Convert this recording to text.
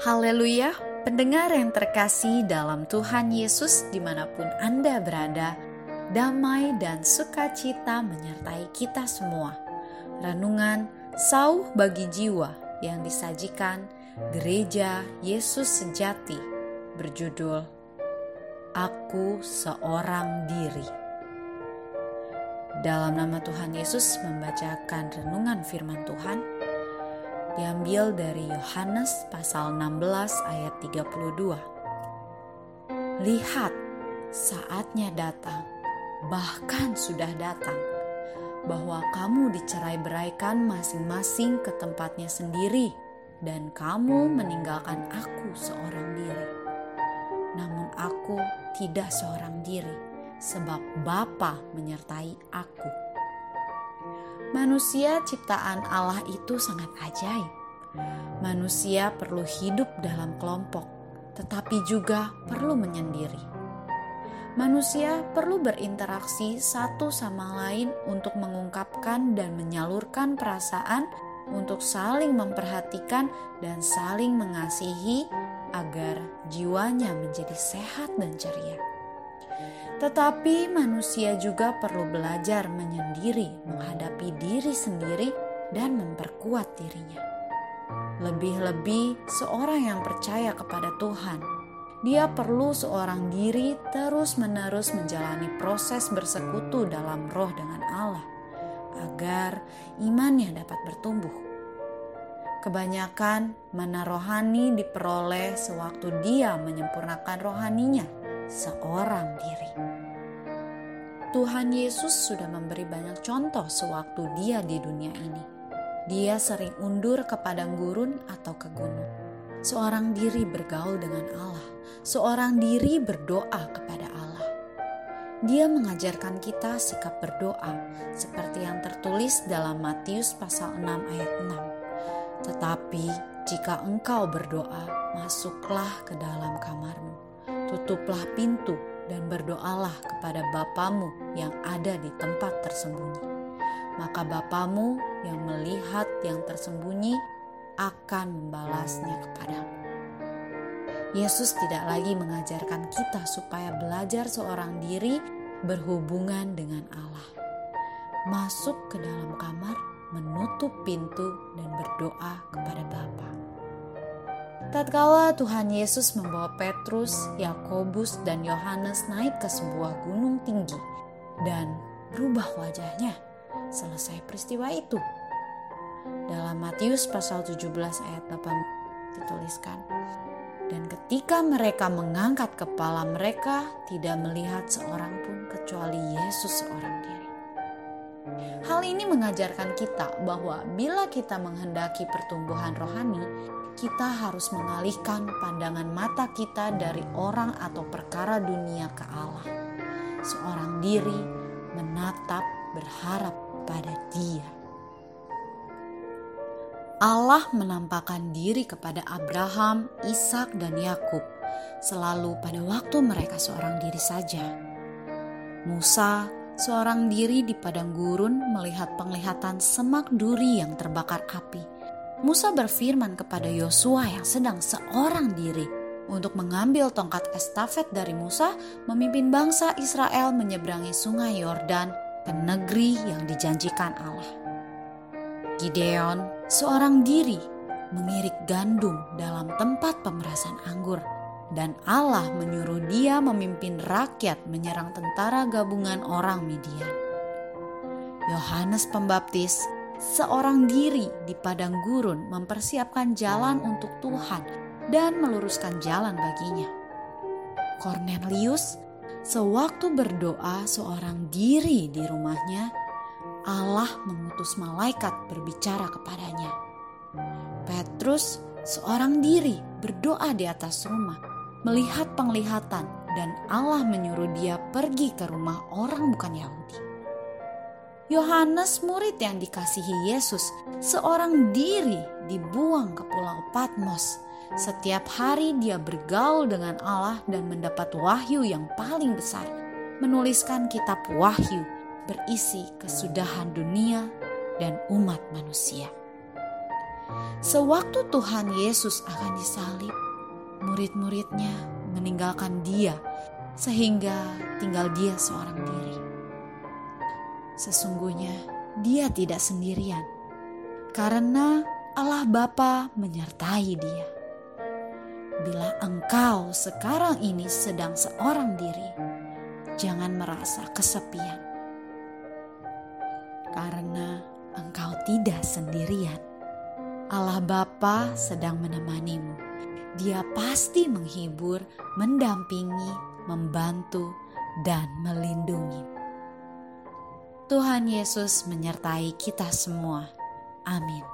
Haleluya, pendengar yang terkasih dalam Tuhan Yesus dimanapun Anda berada, damai dan sukacita menyertai kita semua. Renungan Sauh bagi Jiwa yang disajikan Gereja Yesus Sejati berjudul Aku Seorang Diri. Dalam nama Tuhan Yesus membacakan renungan firman Tuhan, diambil dari Yohanes pasal 16 ayat 32. Lihat, saatnya datang, bahkan sudah datang, bahwa kamu dicerai-beraikan masing-masing ke tempatnya sendiri, dan kamu meninggalkan aku seorang diri. Namun aku tidak seorang diri, sebab Bapa menyertai aku. Manusia ciptaan Allah itu sangat ajaib. Manusia perlu hidup dalam kelompok, tetapi juga perlu menyendiri. Manusia perlu berinteraksi satu sama lain untuk mengungkapkan dan menyalurkan perasaan, untuk saling memperhatikan dan saling mengasihi agar jiwanya menjadi sehat dan ceria. Tetapi manusia juga perlu belajar menyendiri, menghadapi diri sendiri, dan memperkuat dirinya. Lebih-lebih seorang yang percaya kepada Tuhan, dia perlu seorang diri terus-menerus menjalani proses bersekutu dalam roh dengan Allah, agar imannya dapat bertumbuh. Kebanyakan mana rohani diperoleh sewaktu dia menyempurnakan rohaninya, seorang diri. Tuhan Yesus sudah memberi banyak contoh sewaktu dia di dunia ini. Dia sering undur ke padang gurun atau ke gunung. Seorang diri bergaul dengan Allah, seorang diri berdoa kepada Allah. Dia mengajarkan kita sikap berdoa seperti yang tertulis dalam Matius pasal 6 ayat 6. Tetapi jika engkau berdoa, masuklah ke dalam kamarmu, tutuplah pintu dan berdoalah kepada Bapamu yang ada di tempat tersembunyi. Maka Bapamu yang melihat yang tersembunyi akan membalasnya kepadamu. Yesus tidak lagi mengajarkan kita supaya belajar seorang diri berhubungan dengan Allah. Masuk ke dalam kamar, menutup pintu dan berdoa kepada Bapa. Tatkala Tuhan Yesus membawa Petrus, Yakobus, dan Yohanes naik ke sebuah gunung tinggi dan berubah wajahnya selesai peristiwa itu. Dalam Matius pasal 17 ayat 8 dituliskan, dan ketika mereka mengangkat kepala mereka, tidak melihat seorang pun kecuali Yesus seorang diri. Hal ini mengajarkan kita bahwa bila kita menghendaki pertumbuhan rohani, kita harus mengalihkan pandangan mata kita dari orang atau perkara dunia ke Allah. Seorang diri menatap, berharap pada Dia. Allah menampakkan diri kepada Abraham, Ishak, dan Yakub selalu pada waktu mereka seorang diri saja. Musa seorang diri di padang gurun melihat penglihatan semak duri yang terbakar api. Musa berfirman kepada Yosua yang sedang seorang diri untuk mengambil tongkat estafet dari Musa, memimpin bangsa Israel menyeberangi sungai Yordan ke negeri yang dijanjikan Allah. Gideon, seorang diri, mengirik gandum dalam tempat pemerasan anggur, dan Allah menyuruh dia memimpin rakyat menyerang tentara gabungan orang Midian. Yohanes Pembaptis, seorang diri di padang gurun mempersiapkan jalan untuk Tuhan dan meluruskan jalan baginya. Kornelius, sewaktu berdoa seorang diri di rumahnya, Allah mengutus malaikat berbicara kepadanya. Petrus, seorang diri berdoa di atas rumah, melihat penglihatan dan Allah menyuruh dia pergi ke rumah orang bukan Yahudi. Yohanes, murid yang dikasihi Yesus, seorang diri dibuang ke pulau Patmos. Setiap hari dia bergaul dengan Allah dan mendapat wahyu yang paling besar, menuliskan kitab Wahyu berisi kesudahan dunia dan umat manusia. Sewaktu Tuhan Yesus akan disalib, murid-muridnya meninggalkan dia sehingga tinggal dia seorang diri. Sesungguhnya dia tidak sendirian karena Allah Bapa menyertai dia. Bila engkau sekarang ini sedang seorang diri, jangan merasa kesepian karena engkau tidak sendirian. Allah Bapa sedang menemanimu. Dia pasti menghibur, mendampingi, membantu, dan melindungi. Tuhan Yesus menyertai kita semua. Amin.